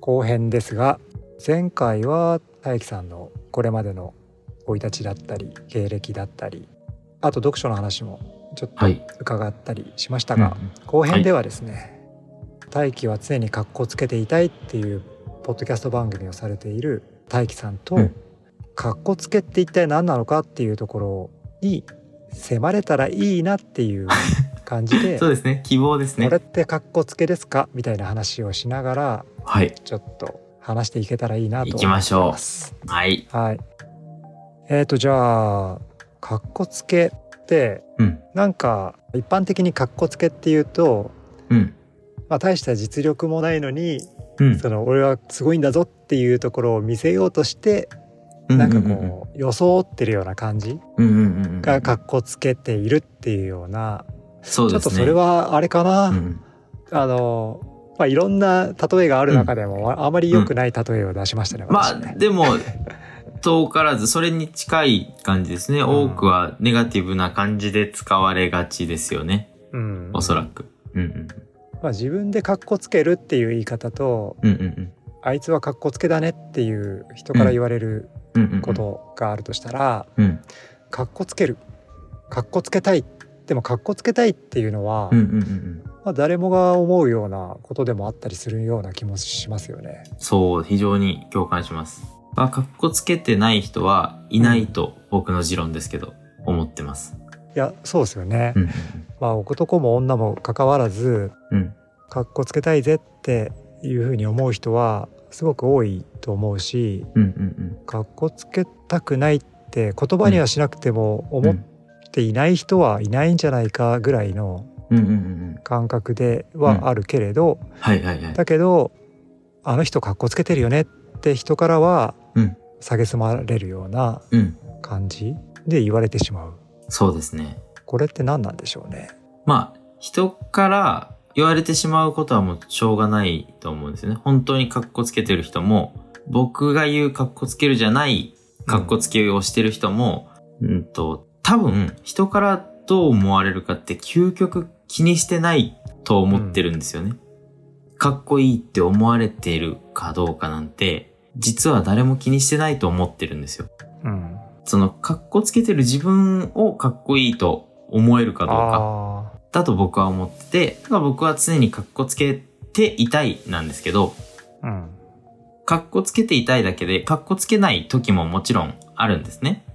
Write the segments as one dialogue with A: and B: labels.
A: 後編ですが、前回は大樹さんのこれまでの生い立ちだったり経歴だったり、あと読書の話もちょっと伺ったりしましたが、後編ではですね、大樹は常にカッコつけていたいっていうポッドキャスト番組をされている大樹さんと、カッコつけって一体何なのかっていうところに迫れたらいいなっていう感じで
B: そうですね、希望ですね。
A: これってカッコつけですかみたいな話をしながら、ちょっと話していけたらいいなと思います。
B: 行きましょう。はい。
A: はい。じゃあカッコつけって、なんか一般的にカッコつけっていうと、大した実力もないのに、その俺はすごいんだぞっていうところを見せようとして、なんかこう装ってるような感じがカッコつけているっていうような、
B: そうですね、
A: ちょっとそれはあれかな、いろんな例えがある中でも、あまり良くない例えを出しましたね。
B: でも遠からずそれに近い感じですね。多くはネガティブな感じで使われがちですよね。おそらく。
A: 自分でカッコつけるっていう言い方と、あいつはカッコつけだねっていう人から言われることがあるとしたら、カッコつける、カッコつけたい、でもカッコつけたいっていうのは、誰もが思うようなことでもあったりするような気もしますよね。
B: そう、非常に共感します。カッコつけてない人はいないと、僕の持論ですけど思ってます。
A: いや、そうですよね。男も女も関わらず、カッコつけたいぜっていうふうに思う人はすごく多いと思うし、カッコつけたくないって言葉にはしなくても思っていない人はいないんじゃないかぐらいの感覚ではあるけれど、だけどあの人カッコつけてるよねって人からは蔑まれるような感じで言われてしまう。
B: そうですね。
A: これって何なんでしょうね。
B: 人から言われてしまうことはもうしょうがないと思うんですよね。本当にカッコつけてる人も、僕が言うカッコつけるじゃないカッコつけをしてる人も、多分人からどう思われるかって究極気にしてないと思ってるんですよね。かっこいいって思われているかどうかなんて、実は誰も気にしてないと思ってるんですよ。そのかっこつけてる自分をかっこいいと思えるかどうかだと僕は思ってて、だから僕は常にかっこつけていたいなんですけど、かっこつけていたいだけでかっこつけない時ももちろんあるんですね。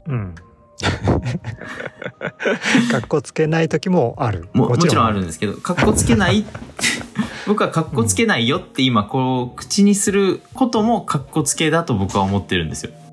A: かっこつけない時もある。
B: もちろんあるんですけど、かっこつけない僕はかっこつけないよって今こう口にすることもかっこつけだと僕は思ってるんですよ。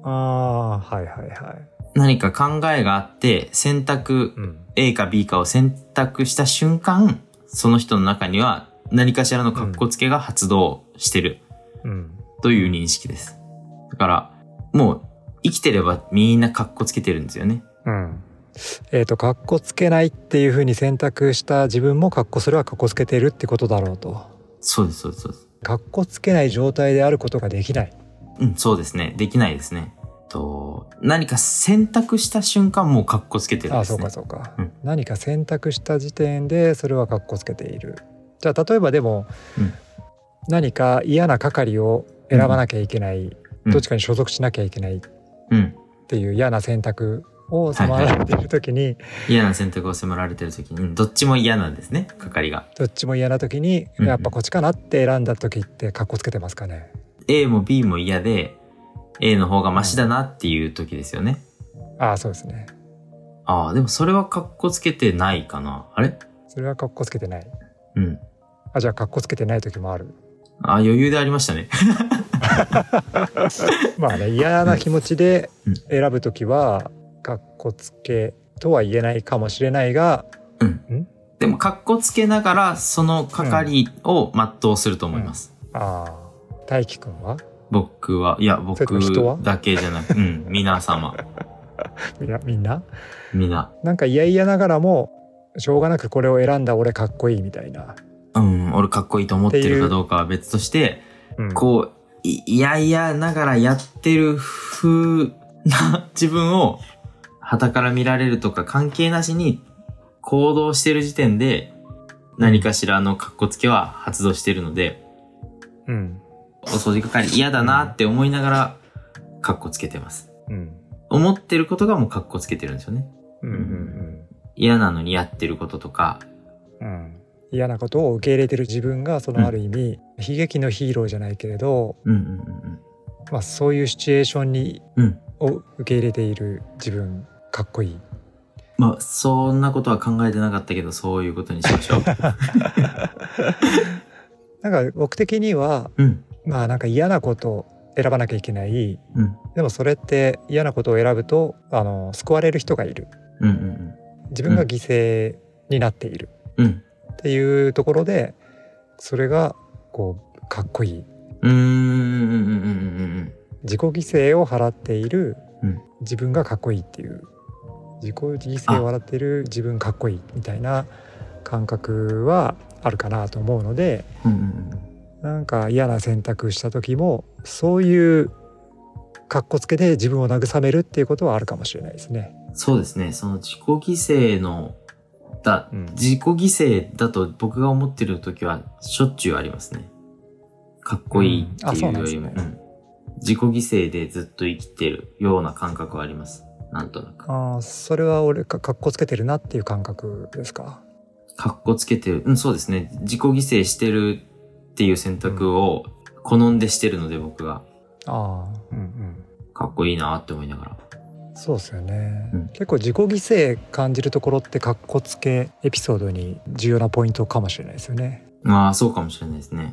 B: 何か考えがあって選択、A か B かを選択した瞬間、その人の中には何かしらのかっこつけが発動してるという認識です。だからもう生きてればみんなかっこつけてるんですよね。
A: かっこつけないっていう風に選択した自分もそれはかっこつけてるってことだろうと。
B: そうです。
A: かっこつけない状態であることができない。
B: そうですね。できないですね。何か選択した瞬間もうかっこつけてるんですね。
A: そうか、何か選択した時点でそれはかっこつけている。じゃあ例えばでも、何か嫌な係を選ばなきゃいけない、どっちかに所属しなきゃいけないっていう嫌な選択を迫られている時に、
B: 嫌な選択を迫られている時に、どっちも嫌なんですね、係が。
A: どっちも嫌な時に、やっぱこっちかなって選んだ時ってかっこつけてますかね。
B: A も B も嫌で A の方がマシだなっていう時ですよね。
A: そうですね。
B: でもそれはかっこつけてないかな。あれ？
A: それはかっこつけてない。じゃあかっこつけてない時もある。
B: 余裕でありましたね。
A: 嫌な気持ちで選ぶ時はかっこつけとは言えないかもしれないが、
B: でもかっこつけながらその係を全うすると思います。
A: 大輝くんは？
B: 僕は、いや、僕だけじゃなく、皆様。
A: みんな
B: なん
A: か嫌々ながらもしょうがなくこれを選んだ俺かっこいいみたいな。
B: 俺かっこいいと思ってるかどうかは別として、こういやいやながらやってる風な自分を傍から見られるとか関係なしに行動してる時点で何かしらのかっこつけは発動してるので、 掃除係嫌だなって思いながら、カッコつけてます。
A: うん。
B: 思ってることがもうカッコつけてるんですよね。
A: うんうんうん。
B: 嫌なのにやってることとか。
A: うん。嫌なことを受け入れてる自分が、そのある意味、悲劇のヒーローじゃないけれど、まあそういうシチュエーションに、を受け入れている自分、かっこいい。
B: まあそんなことは考えてなかったけど、そういうことにしましょう。
A: なんか僕的には、まあなんか嫌なことを選ばなきゃいけない、でもそれって嫌なことを選ぶと救われる人がいる、自分が犠牲になっている、っていうところでそれがこうかっこいい、自己犠牲を払っている自分がかっこいいっていう、自己犠牲を払っている自分かっこいいみたいな感覚はあるかなと思うので、なんか嫌な選択した時もそういうかっこつけで自分を慰めるっていうことはあるかもしれないですね。
B: そうですね。その自己犠牲の自己犠牲だと僕が思ってる時はしょっちゅうありますね。かっこいいっていうよりも、自己犠牲でずっと生きてるような感覚はあります。なんとなく。
A: それは俺かっこつけてるなっていう感覚ですか？か
B: っこつけてる。そうですね。自己犠牲してるっていう選択を好んでしてるので僕が。かっこいいなって思いながら。
A: そうですよね、結構自己犠牲感じるところってかっこつけエピソードに重要なポイントかもしれないですよね。
B: そうかもしれないですね。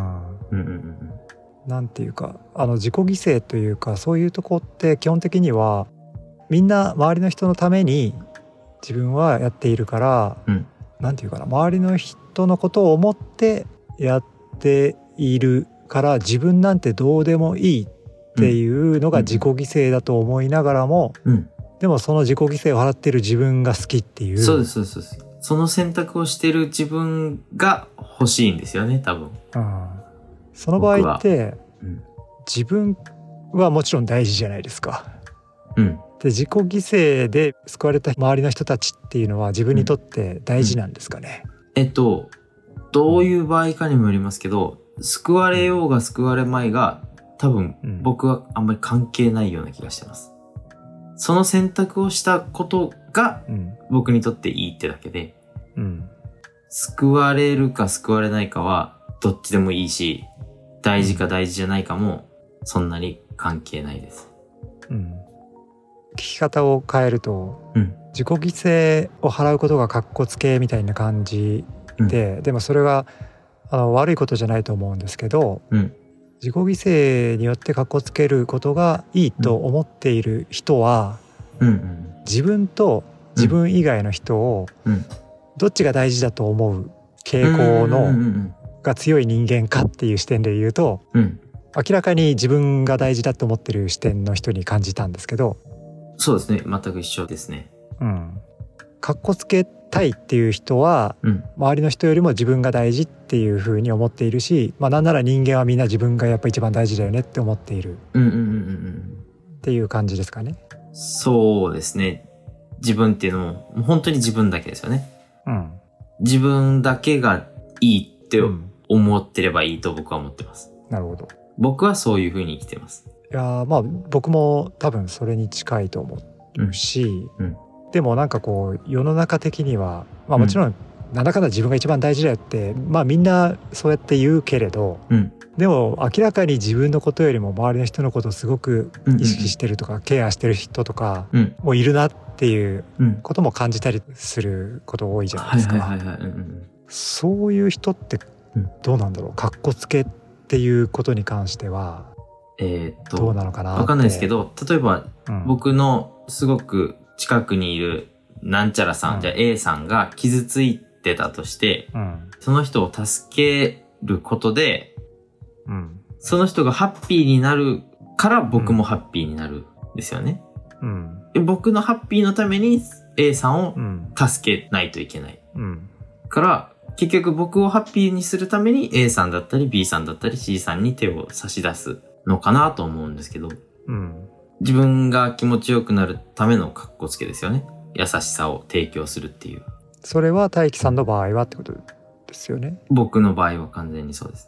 A: なんていうか自己犠牲というかそういうとこって基本的にはみんな周りの人のために自分はやっているから、なんていうかな、周りの人のことを思ってやっているから自分なんてどうでもいいっていうのが自己犠牲だと思いながらも、でもその自己犠牲を払ってる自分が好きっていう。
B: そうです。その選択をしてる自分が欲しいんですよね、多分。
A: その場合って、自分はもちろん大事じゃないですか。で自己犠牲で救われた周りの人たちっていうのは自分にとって大事なんですかね？
B: どういう場合かにもよりますけど、救われようが救われまいが多分僕はあんまり関係ないような気がしてます。その選択をしたことが僕にとっていいってだけで、救われるか救われないかはどっちでもいいし、大事か大事じゃないかもそんなに関係ないです。
A: 聞き方を変えると、自己犠牲を払うことがかっこつけみたいな感じで、でもそれが悪いことじゃないと思うんですけど、自己犠牲によってかっこつけることがいいと思っている人は、自分と自分以外の人をどっちが大事だと思う傾向のが強い人間かっていう視点で言うと、明らかに自分が大事だと思ってる視点の人に感じたんですけど。
B: そうですね、全く一緒ですね。
A: かっこつけたいっていう人は、周りの人よりも自分が大事っていう風に思っているし、なんなら人間はみんな自分がやっぱ一番大事だよねって思っているっていう感じですかね。
B: そうですね。自分っていうのも本当に自分だけですよね。自分だけがいいって思ってればいいと僕は思ってます。
A: なるほど。
B: 僕はそういう風に生きてます。
A: いや僕も多分それに近いと思うし、でもなんかこう世の中的にはもちろんなんだかんだ自分が一番大事だよってみんなそうやって言うけれど、でも明らかに自分のことよりも周りの人のことをすごく意識してるとか、ケアしてる人とかもいるなっていうことも感じたりすること多いじゃないですか。そういう人ってどうなんだろう、かっこつけっていうことに関してはどうなのかなって。
B: わかんないですけど、例えば、僕のすごく近くにいるなんちゃらさん、じゃあ A さんが傷ついてたとして、その人を助けることで、その人がハッピーになるから僕もハッピーになるんですよね。僕のハッピーのために A さんを助けないといけない。から、結局僕をハッピーにするために A さんだったり B さんだったり C さんに手を差し出すのかなと思うんですけど、自分が気持ちよくなるためのカッコつけですよね。優しさを提供するっていう。
A: それは大輝さんの場合はってことですよね。
B: 僕の場合は完全にそうですね。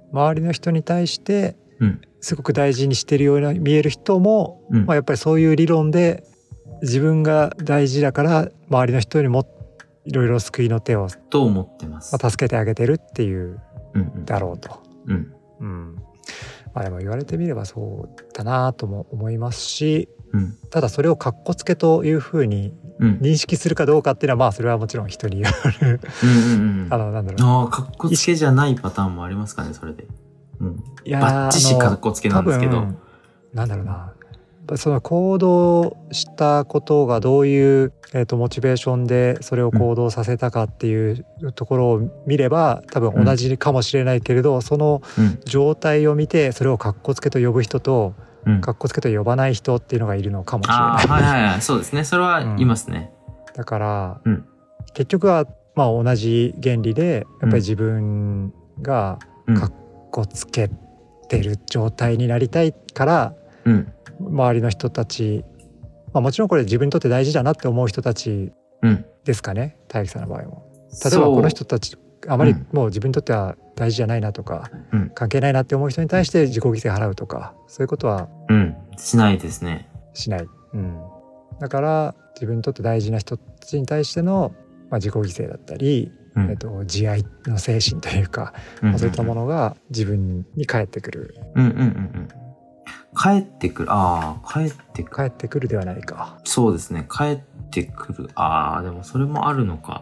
A: 周りの人に対して
B: うん
A: すごく大事にしてるように見える人も、
B: うん
A: やっぱりそういう理論で自分が大事だから周りの人にもいろいろ救いの手を、
B: と思ってます。
A: 助けてあげてるっていう
B: うんうん
A: だろうと。
B: うん
A: でも言われてみればそうだなとも思いますし、
B: うん
A: ただそれをかっこつけというふうに認識するかどうかっていうのはそれはもちろん人によるなんだろう、
B: かっこつけじゃないパターンもありますかね、それで。
A: いや
B: バッチシかっこつけなんですけど、
A: なんだろうな、その行動したことがどういう、モチベーションでそれを行動させたかっていうところを見れば多分同じかもしれないけれど、その状態を見てそれをかっこつけと呼ぶ人と、かっこつけと呼ばない人っていうのがいるのかもしれない。
B: そうですね、それはいますね。
A: だから、結局は同じ原理でやっぱり自分がかっこつけてる状態になりたいから、周りの人たち、もちろんこれ自分にとって大事だなって思う人たちですかね、大樹さんの場合も。例えばこの人たちあまりもう自分にとっては大事じゃないなとか、関係ないなって思う人に対して自己犠牲払うとか、そういうことは
B: しないですね。
A: しない。だから自分にとって大事な人たちに対しての、自己犠牲だったり、慈愛の精神というか、そういったものが自分に返ってくる。
B: 帰ってくる。
A: 帰ってくるではないか。
B: そうですね。帰ってくる。でもそれもあるのか。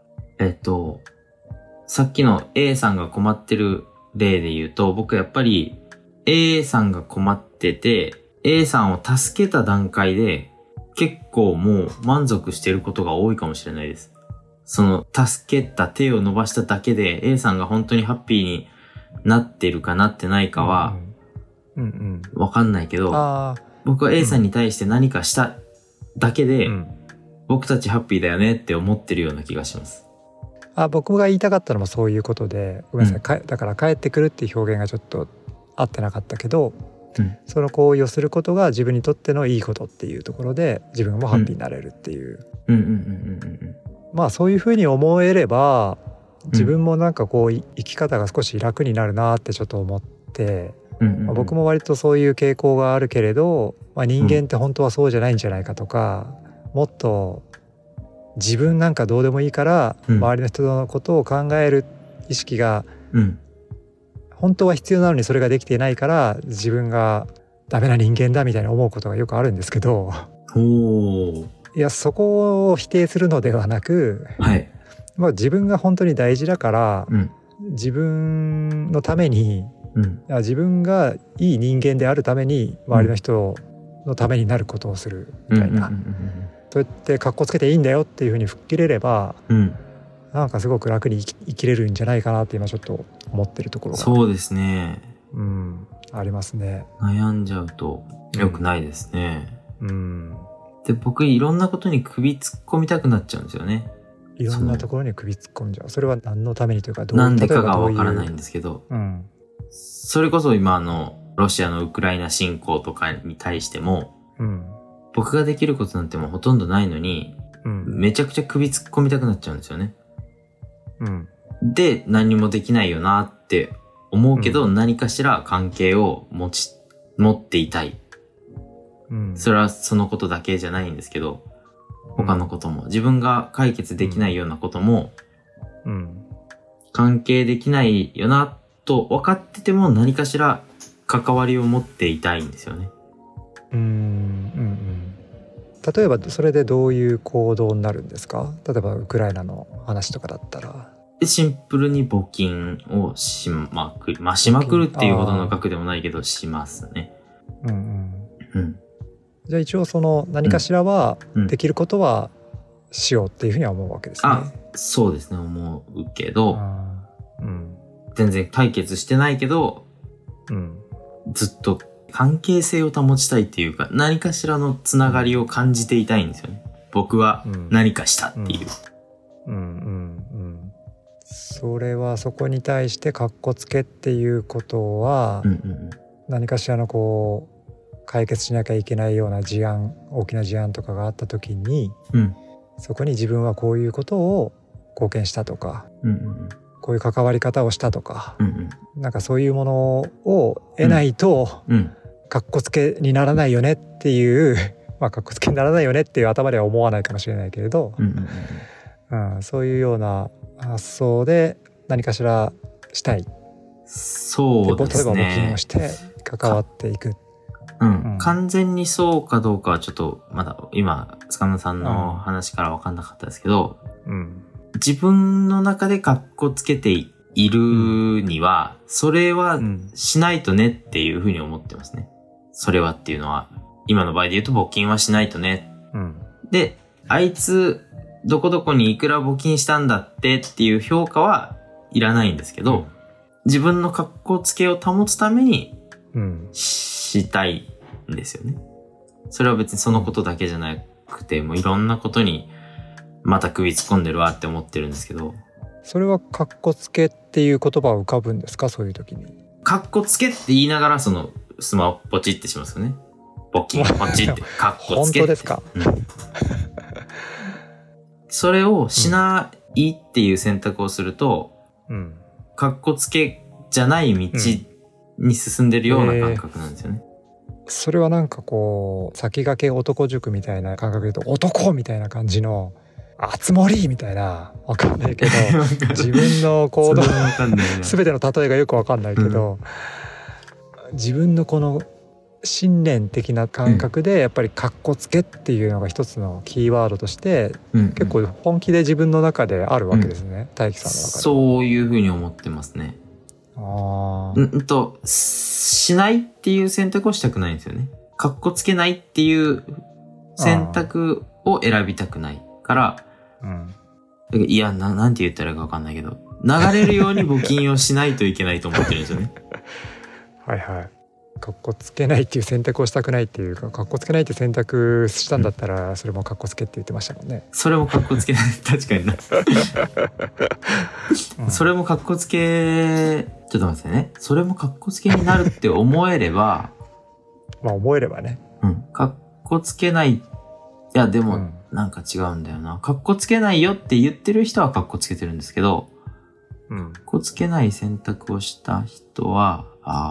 B: さっきの A さんが困ってる例で言うと、僕やっぱり A さんが困ってて、A さんを助けた段階で結構もう満足してることが多いかもしれないです。その助けた手を伸ばしただけで A さんが本当にハッピーになってるかなってないかはわかんないけど、僕は A さんに対して何かしただけで、僕たちハッピーだよねって思ってるような気がします。
A: 僕が言いたかったのもそういうことで、ごめんなさい、だから帰ってくるっていう表現がちょっと合ってなかったけど、その行為をすることが自分にとってのいいことっていうところで自分もハッピーになれるっていう、そういうふうに思えれば自分もなんかこう生き方が少し楽になるなってちょっと思って、僕も割とそういう傾向があるけれど、人間って本当はそうじゃないんじゃないかとか、もっと自分なんかどうでもいいから周りの人のことを考える意識が本当は必要なのにそれができていないから自分がダメな人間だみたいに思うことがよくあるんですけど、いやそこを否定するのではなく、自分が本当に大事だから、自分のために、自分がいい人間であるために周りの人のためになることをするみたいな、そうやってかっこつけていいんだよっていうふうに吹っ切れれば、なんかすごく楽に生きれるんじゃないかなって今ちょっと思ってるところが、
B: そうですね、
A: ありますね。
B: 悩んじゃうと良くないですね。で僕いろんなことに首突っ込みたくなっちゃうんですよね。
A: いろんなところに首突っ込んじゃう。それは何のためにというか、
B: なんでかがわからないんですけど、それこそ今ロシアのウクライナ侵攻とかに対しても、僕ができることなんてもうほとんどないのに、めちゃくちゃ首突っ込みたくなっちゃうんですよね。で、何もできないよなって思うけど、何かしら関係を持っていたい。それはそのことだけじゃないんですけど、他のことも、自分が解決できないようなことも、関係できないよなと分かってても何かしら関わりを持っていたいんですよね。
A: 例えばそれでどういう行動になるんですか？例えばウクライナの話とかだったら。
B: シンプルに募金をしまくる。しまくるっていうほどの額でもないけど、しますね。
A: じゃあ一応その何かしらはできることはしようっていうふうには思うわけですね。
B: そうですね、思うけど、全然解決してないけど、ずっと関係性を保ちたいっていうか、何かしらのつながりを感じていたいんですよね。僕は何かしたっていう。
A: それはそこに対してカッコつけっていうことは、何かしらのこう解決しなきゃいけないような事案、大きな事案とかがあった時に、そこに自分はこういうことを貢献したとか、ここういう関わり方をしたとか、なんかそういうものを得ないと、かっこつけにならないよねっていうまあかっこつけにならないよねっていう頭では思わないかもしれないけれど、そういうような発想で何かしらしたい。
B: そうですね。
A: 例えば募金をして関わっていく。
B: 完全にそうかどうかはちょっとまだ今塚村さんの話から分かんなかったですけど、自分の中でかっこつけているには、それはしないとねっていうふうに思ってますね。それはっていうのは今の場合で言うと募金はしないとね。で、あいつどこどこにいくら募金したんだっていう評価はいらないんですけど、自分のかっこつけを保つためにしたいんですよね。それは別にそのことだけじゃなくて、もういろんなことにまた首突っ込んでるわって思ってるんですけど。
A: それはかっこつけっていう言葉は浮かぶんですか、そういう時に。
B: かっこつけって言いながらそのスマホポチってしますよね。募金ポチってかっこつけって。
A: 本当ですか、
B: それをしないっていう選択をすると、かっこつけじゃない道に進んでるような感覚なんですよね。
A: それはなんかこう先駆け男塾みたいな感覚で言うと男みたいな感じのあつ森みたいな、わかんないけど自分の行動全ての例えがよくわかんないけど、自分のこの信念的な感覚でやっぱりかっこつけっていうのが一つのキーワードとして結構本気で自分の中であるわけですね、大輝さんの中で。
B: そういうふうに思ってますね。しないっていう選択をしたくないんですよね。かっこつけないっていう選択を選びたくないから、いや、なんて言ったらいいか分かんないけど、流れるように募金をしないといけないと思ってるんですよね。
A: はいはい。かっこつけないっていう選択をしたくないっていうか、かっこつけないって選択したんだったら、それもかっこつけって言ってましたもんね。
B: それもかっこつけない。確かにな。それもかっこつけ、ちょっと待ってね。それもかっこつけになるって思えれば。
A: まあ思えればね。
B: かっこつけない。いや、でも、なんか違うんだよな。かっこつけないよって言ってる人はかっこつけてるんですけど、かっこつけない選択をした人は、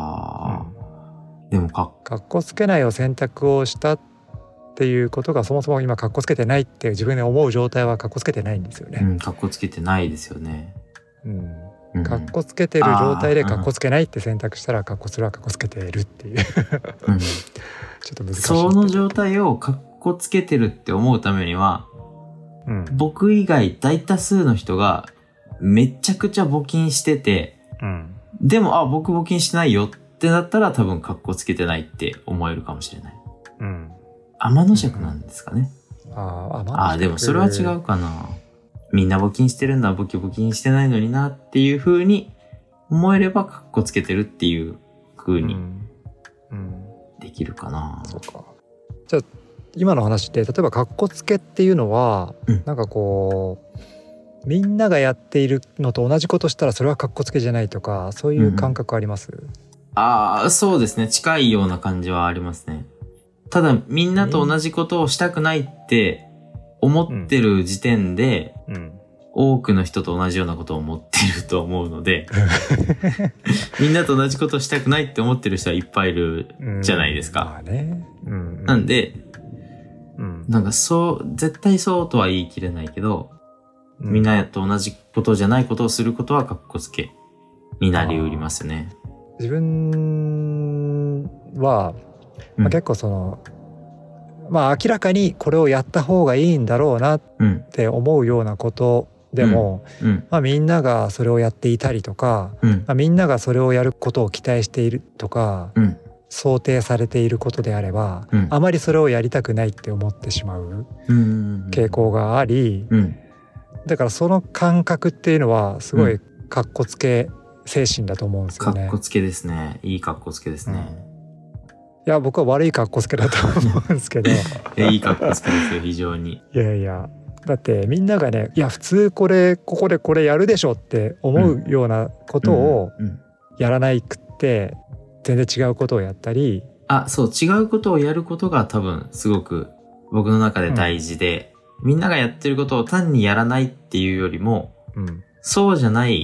B: でもか
A: っこつけないを選択をしたっていうことがそもそも今かっこつけてないって自分で思う状態はかっこつけてないんですよね。
B: かっこつけてないですよね。
A: かっこつけてる状態でかっこつけないって選択したらそれはかっこつけてるっていうちょっと難しい。
B: その状態をかっこつけてるって思うためには、僕以外大多数の人がめちゃくちゃ募金してて、でも僕募金してないよってなったら多分かっこつけてないって思えるかもしれない。天の尺なんですかね。でもそれは違うかな。みんな募金してるんだ、僕募金してないのになっていう風に思えればかっこつけてるっていう風にできるかな。
A: そうか。じゃあ今の話って例えばかっこつけっていうのは、なんかこうみんながやっているのと同じことしたらそれはかっこつけじゃないとか、そういう感覚あります？
B: そうですね。近いような感じはありますね。ただみんなと同じことをしたくないって思ってる時点で、多くの人と同じようなことを思ってると思うのでみんなと同じことをしたくないって思ってる人はいっぱいいるじゃないですか。なんで、なんか絶対そうとは言い切れないけど、みんなと同じことじゃないことをすることはかっこつけになりうりますね。
A: 自分は、結構その明らかにこれをやった方がいいんだろうなって思うようなことでも、みんながそれをやっていたりとか、みんながそれをやることを期待しているとか、想定されていることであれば、あまりそれをやりたくないって思ってしまう傾向があり、だからその感覚っていうのはすごいかっこつけ精神だと思うんですよね。
B: かっこつけですね。いいかっこつけですね。
A: いや僕は悪いかっこつけだと思うんですけど
B: いいかっこつけですよ、非常に。
A: いやだってみんながね、いや普通ここでこれやるでしょって思うようなことをやらないくって全然違うことをやったり、
B: そう、違うことをやることが多分すごく僕の中で大事で、みんながやってることを単にやらないっていうよりも、そうじゃない道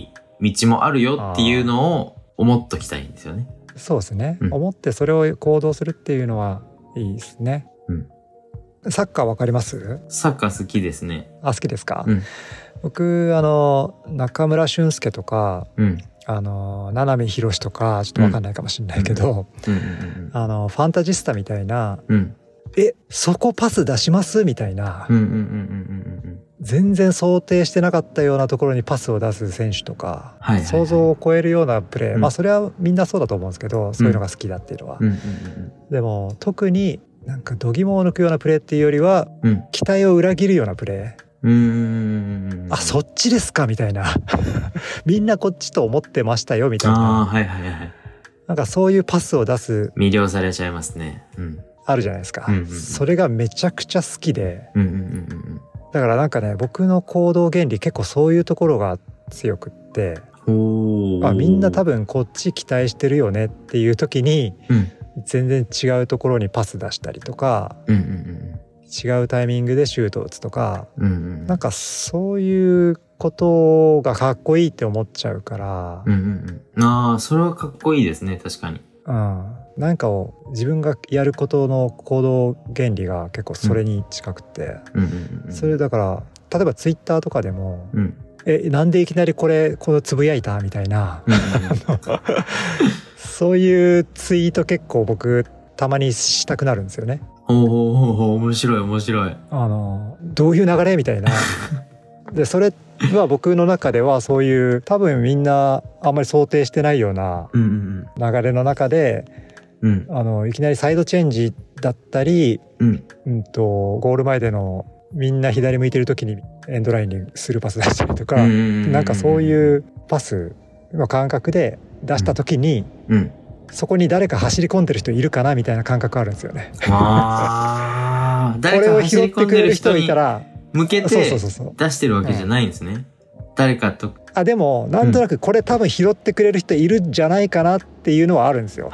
B: 道もあるよっていうのを思っときたいんですよね。
A: そうですね、思ってそれを行動するっていうのはいいですね。サッカーわかります？
B: サッカー好きですね。
A: 好きですか？僕中村俊輔とか、名波浩とかちょっとわかんないかもしれないけど、ファンタジスタみたいな、そこパス出しますみたいな、全然想定してなかったようなところにパスを出す選手とか、想像を超えるようなプレー、それはみんなそうだと思うんですけど、そういうのが好きだっていうのは、でも特になんか度肝を抜くようなプレーっていうよりは、期待を裏切るようなプレー、そっちですかみたいなみんなこっちと思ってましたよみたいな、なんかそういうパスを出す、
B: 魅了されちゃいますね。
A: あるじゃないですか。それがめちゃくちゃ好きで、だからなんかね、僕の行動原理結構そういうところが強くって、みんな多分こっち期待してるよねっていう時に、全然違うところにパス出したりとか、違うタイミングでシュートを打つとか、なんかそういうことがかっこいいって思っちゃうから、
B: それはかっこいいですね、確かに。
A: なんかを自分がやることの行動原理が結構それに近くて、それだから例えばツイッターとかでも、なんでいきなりこのつぶやいたみたいなそういうツイート結構僕たまにしたくなるんですよね。
B: 面白い面白い。
A: どういう流れみたいなでそれは僕の中ではそういう多分みんなあんまり想定してないような流れの中で、いきなりサイドチェンジだったり、ゴール前でのみんな左向いてる時にエンドラインにスルーパス出したりとか、なんかそういうパスの感覚で出した時に、そこに誰か走り込んでる人いるかなみたいな感覚あるんですよね。これを拾ってくれる人いたら
B: 向けて出してるわけじゃないんですね。誰かと。
A: でもなんとなくこれ多分拾ってくれる人いるんじゃないかなっていうのはあるんですよ。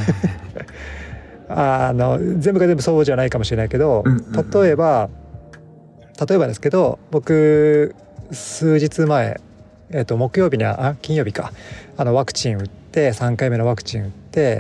A: 全部が全部そうじゃないかもしれないけど、例えばですけど、僕数日前、木曜日に金曜日か、ワクチン打って3回目のワクチン打って、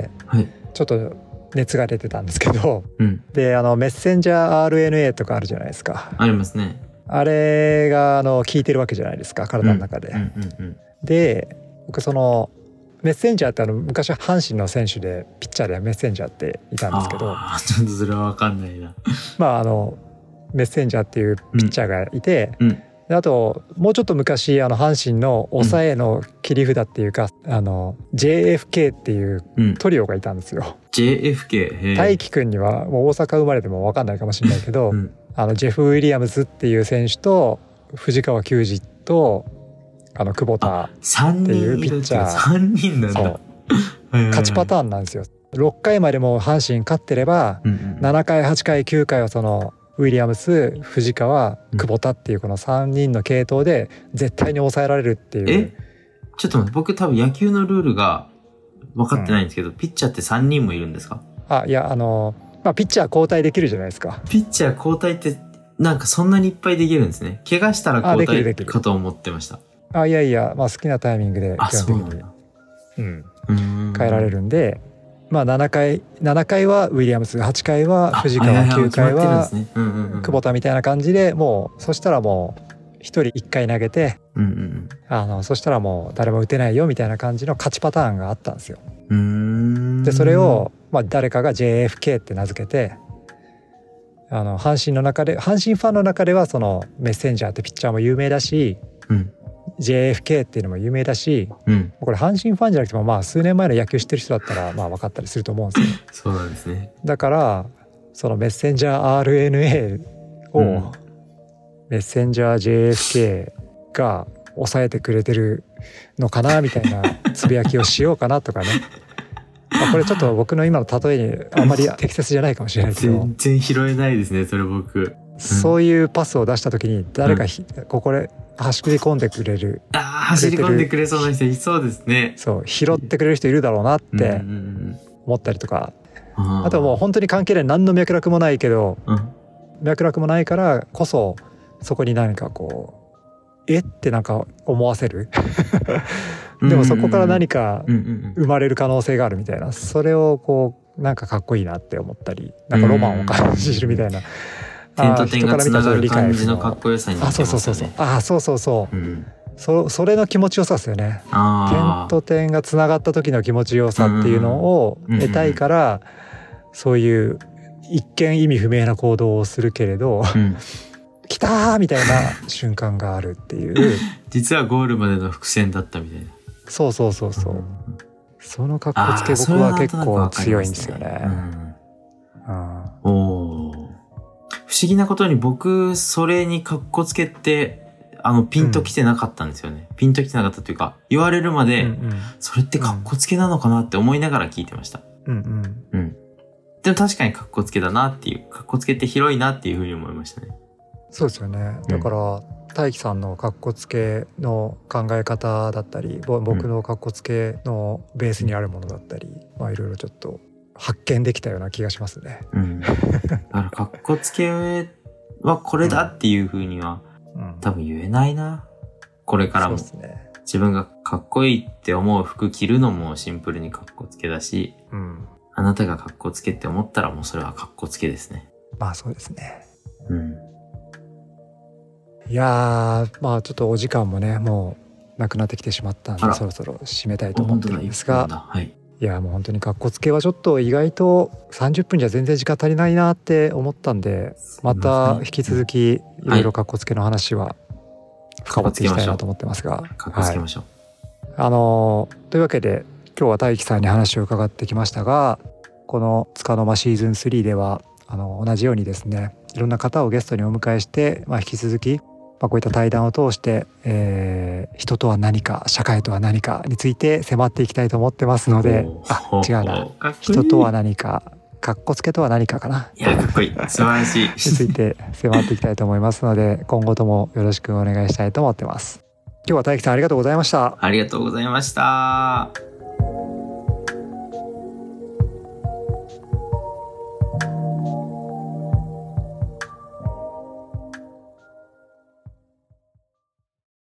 A: ちょっと熱が出てたんですけど、でメッセンジャー RNA とかあるじゃないですか。
B: ありますね。
A: あれが効いてるわけじゃないですか、体の中で。で僕そのメッセンジャーって昔阪神の選手でピッチャーでメッセンジャーっていたんですけど、
B: ちょっとそれは分かんないな。
A: メッセンジャーっていうピッチャーがいて、であともうちょっと昔阪神の抑えの切り札っていうか、JFK っていうトリオがいたんですよ。
B: JFK。
A: 大輝くんにはもう大阪生まれでも分かんないかもしれないけど、ジェフ・ウィリアムズっていう選手と藤川球児と久保田っていうピッチャー
B: 3人なんだ。
A: 勝ちパターンなんですよ。6回までも阪神勝ってれば、7回8回9回はそのウィリアムス、藤川、久保田っていうこの3人の系統で絶対に抑えられるっていう。
B: ちょっと待って、僕多分野球のルールが分かってないんですけど、ピッチャーって3人もいるんですか？
A: いやピッチャー交代できるじゃないですか。
B: ピッチャー交代ってなんかそんなにいっぱいできるんですね。怪我したら交代かと思ってました。
A: いや好きなタイミングで基本的に変えられるんで、7回はウィリアムス、8回は藤川、9回は久保田みたいな感じで、もうそしたらもう1人1回投げて、そしたらもう誰も打てないよみたいな感じの勝ちパターンがあったんですよ。でそれを誰かが JFK って名付けて、阪神ファンの中ではそのメッセンジャーってピッチャーも有名だし、JFK っていうのも有名だし、これ阪神ファンじゃなくても数年前の野球知ってる人だったら分かったりすると思うんですよ。
B: そうなんですね。
A: だからそのメッセンジャー RNA を、メッセンジャー JFK が抑えてくれてるのかなみたいなつぶやきをしようかなとかね。これちょっと僕の今の例えにあんまり適切じゃないかもしれないけど、
B: 全然拾えないですねそれ僕。
A: そういうパスを出した時に誰かここで走り込んでくれる、
B: 走り込んでくれそうな人いそうですね。
A: そう拾ってくれる人いるだろうなって思ったりとか、あとはもう本当に関係ない、何の脈絡もないけど、脈絡もないからこそそこに何かこってなんか思わせるでもそこから何か生まれる可能性があるみたいな、それをこうなんかかっこいいなって思ったり、なんかロマンを感じるみたいな、
B: 点と点がつながる感じのかっこよさになってますよね。
A: それの気持ちよさですよね。点と点がつながった時の気持ちよさっていうのを得たいから、そういう一見意味不明な行動をするけれど、来たーみたいな瞬間があるっていう
B: 実はゴールまでの伏線だったみたいな。そう、
A: その格好つけ僕は結構強いんですよね。
B: 不思議なことに僕それに格好つけてピンときてなかったんですよね。ピンときてなかったというか、言われるまで、それって格好つけなのかなって思いながら聞いてました。でも確かに格好つけだなっていう、格好つけって広いなっていうふうに思いましたね。
A: そうですよね。だから、大輝さんの格好つけの考え方だったり、僕の格好つけのベースにあるものだったり、いろいろちょっと発見できたような気がしますね。
B: だから格好つけはこれだっていうふうには、多分言えないな。これからも。そうですね。自分がかっこいいって思う服着るのもシンプルにかっこつけだし、あなたがかっこつけって思ったらもうそれはかっこつけですね。
A: そうですね。いやー、ちょっとお時間もね、もうなくなってきてしまったんで、そろそろ締めたいと思ってるんですが、いやもう本当にかっこつけはちょっと意外と30分じゃ全然時間足りないなって思ったんで、また引き続きいろいろかっこつけの話は深掘っていきたいなと思ってますが、
B: かっこつけましょ
A: う。というわけで今日は大輝さんに話を伺ってきましたが、このつかの間シーズン3では同じようにですね、いろんな方をゲストにお迎えして、引き続きこういった対談を通して、人とは何か、社会とは何かについて迫っていきたいと思ってますので、違うな、人とは何か、かっこつけとは何かかな。
B: いや、かっこいい。素晴らしい。に
A: ついて迫っていきたいと思いますので、今後ともよろしくお願いしたいと思ってます。今日は大輝さんありがとうございました。
B: ありがとうございました。